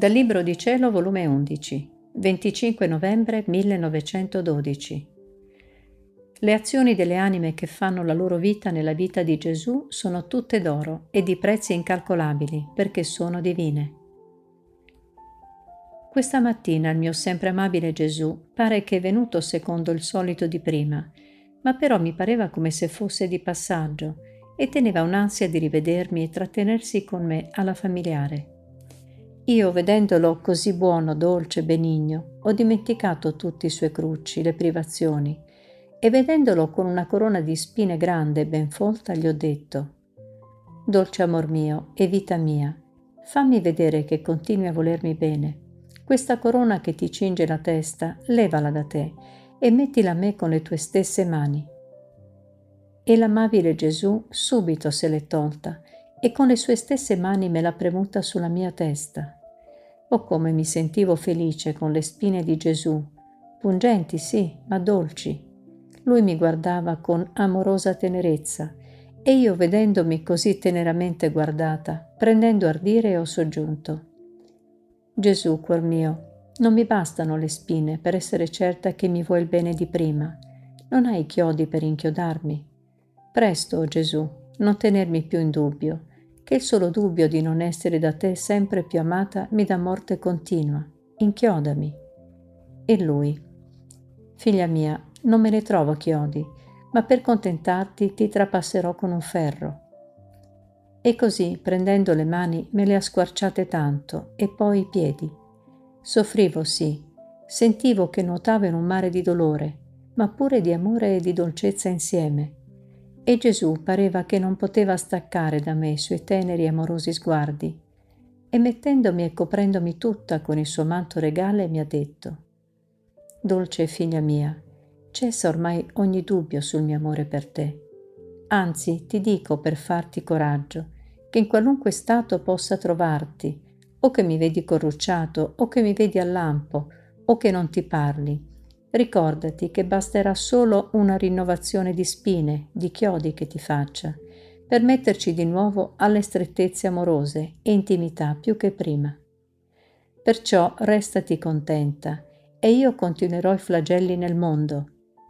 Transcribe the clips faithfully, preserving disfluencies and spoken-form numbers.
Dal Libro di Cielo, volume undici, venticinque novembre millenovecentododici. Le azioni delle anime che fanno la loro vita nella vita di Gesù sono tutte d'oro e di prezzi incalcolabili, perché sono divine. Questa mattina il mio sempre amabile Gesù pare che è venuto secondo il solito di prima, ma però mi pareva come se fosse di passaggio e teneva un'ansia di rivedermi e trattenersi con me alla familiare. Io, vedendolo così buono, dolce, benigno, ho dimenticato tutti i suoi crucci, le privazioni, e vedendolo con una corona di spine grande e ben folta, gli ho detto: «Dolce amor mio e vita mia, fammi vedere che continui a volermi bene. Questa corona che ti cinge la testa, levala da te e mettila a me con le tue stesse mani». E l'amabile Gesù subito se l'è tolta e con le sue stesse mani me l'ha premuta sulla mia testa. Oh, come mi sentivo felice con le spine di Gesù, pungenti sì, ma dolci. Lui mi guardava con amorosa tenerezza e io, vedendomi così teneramente guardata, prendendo ardire, ho soggiunto: «Gesù, cuor mio, non mi bastano le spine per essere certa che mi vuoi il bene di prima. Non hai chiodi per inchiodarmi? Presto, oh Gesù, non tenermi più in dubbio, che il solo dubbio di non essere da te sempre più amata mi dà morte continua. Inchiodami». E lui: «Figlia mia, non me ne trovo chiodi, ma per contentarti ti trapasserò con un ferro». E così, prendendo le mani, me le ha squarciate tanto, e poi i piedi. Soffrivo sì, sentivo che nuotavo in un mare di dolore, ma pure di amore e di dolcezza insieme. E Gesù pareva che non poteva staccare da me i suoi teneri e amorosi sguardi, e mettendomi e coprendomi tutta con il suo manto regale mi ha detto: «Dolce figlia mia, cessa ormai ogni dubbio sul mio amore per te. Anzi, ti dico per farti coraggio, che in qualunque stato possa trovarti, o che mi vedi corrucciato, o che mi vedi al lampo, o che non ti parli, ricordati che basterà solo una rinnovazione di spine, di chiodi che ti faccia, per metterci di nuovo alle strettezze amorose e intimità più che prima. Perciò restati contenta, e io continuerò i flagelli nel mondo».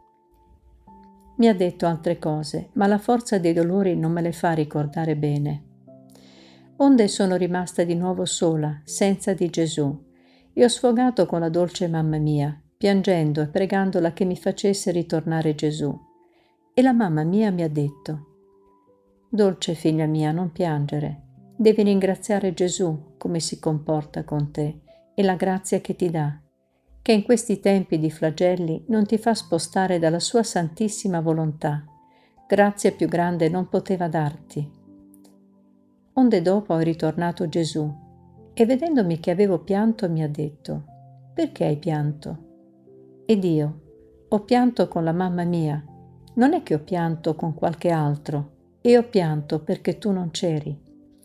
Mi ha detto altre cose, ma la forza dei dolori non me le fa ricordare bene. Onde sono rimasta di nuovo sola, senza di Gesù, e ho sfogato con la dolce mamma mia, piangendo e pregandola che mi facesse ritornare Gesù. E la mamma mia mi ha detto: «Dolce figlia mia, non piangere. Devi ringraziare Gesù come si comporta con te e la grazia che ti dà, che in questi tempi di flagelli non ti fa spostare dalla sua santissima volontà. Grazia più grande non poteva darti». Onde dopo è ritornato Gesù e, vedendomi che avevo pianto, mi ha detto: «Perché hai pianto?» Ed io: «Ho pianto con la mamma mia, non è che ho pianto con qualche altro, e ho pianto perché tu non c'eri».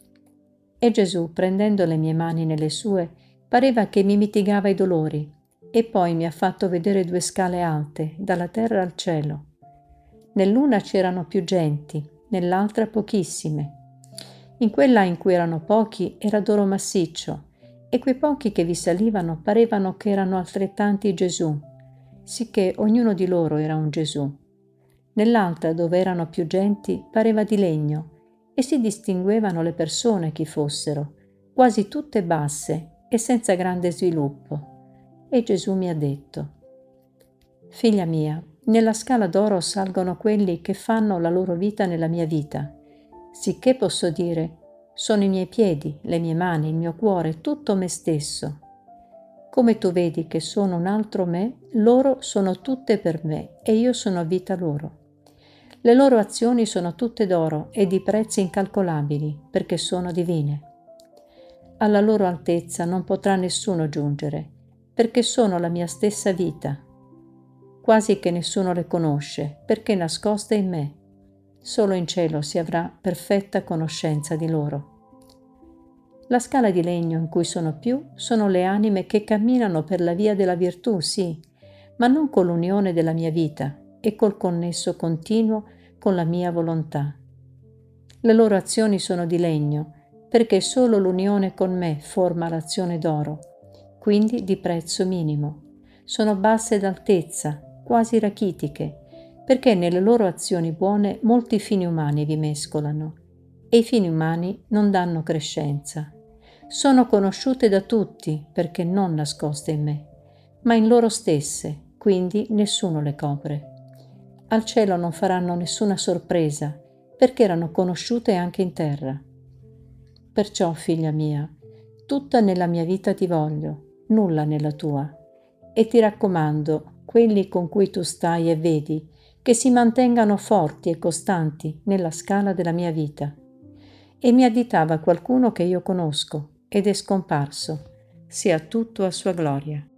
E Gesù, prendendo le mie mani nelle sue, pareva che mi mitigava i dolori, e poi mi ha fatto vedere due scale alte, dalla terra al cielo. Nell'una c'erano più genti, nell'altra pochissime. In quella in cui erano pochi era d'oro massiccio, e quei pochi che vi salivano parevano che erano altrettanti Gesù, sicché ognuno di loro era un Gesù. Nell'altra, dove erano più genti, pareva di legno, e si distinguevano le persone chi fossero, quasi tutte basse e senza grande sviluppo. E Gesù mi ha detto: «Figlia mia, nella scala d'oro salgono quelli che fanno la loro vita nella mia vita, sicché posso dire: sono i miei piedi, le mie mani, il mio cuore, tutto me stesso. Come tu vedi che sono un altro me, loro sono tutte per me e io sono vita loro. Le loro azioni sono tutte d'oro e di prezzi incalcolabili, perché sono divine. Alla loro altezza non potrà nessuno giungere, perché sono la mia stessa vita. Quasi che nessuno le conosce, perché nascoste in me. Solo in cielo si avrà perfetta conoscenza di loro. La scala di legno in cui sono più sono le anime che camminano per la via della virtù, sì, ma non con l'unione della mia vita e col connesso continuo con la mia volontà. Le loro azioni sono di legno, perché solo l'unione con me forma l'azione d'oro, quindi di prezzo minimo. Sono basse d'altezza, quasi rachitiche, perché nelle loro azioni buone molti fini umani vi mescolano, e i fini umani non danno crescenza. Sono conosciute da tutti perché non nascoste in me, ma in loro stesse, quindi nessuno le copre. Al cielo non faranno nessuna sorpresa, perché erano conosciute anche in terra. Perciò, figlia mia, tutta nella mia vita ti voglio, nulla nella tua, e ti raccomando, quelli con cui tu stai e vedi, che si mantengano forti e costanti nella scala della mia vita. E mi additava qualcuno che io conosco ed è scomparso, sia tutto a sua gloria.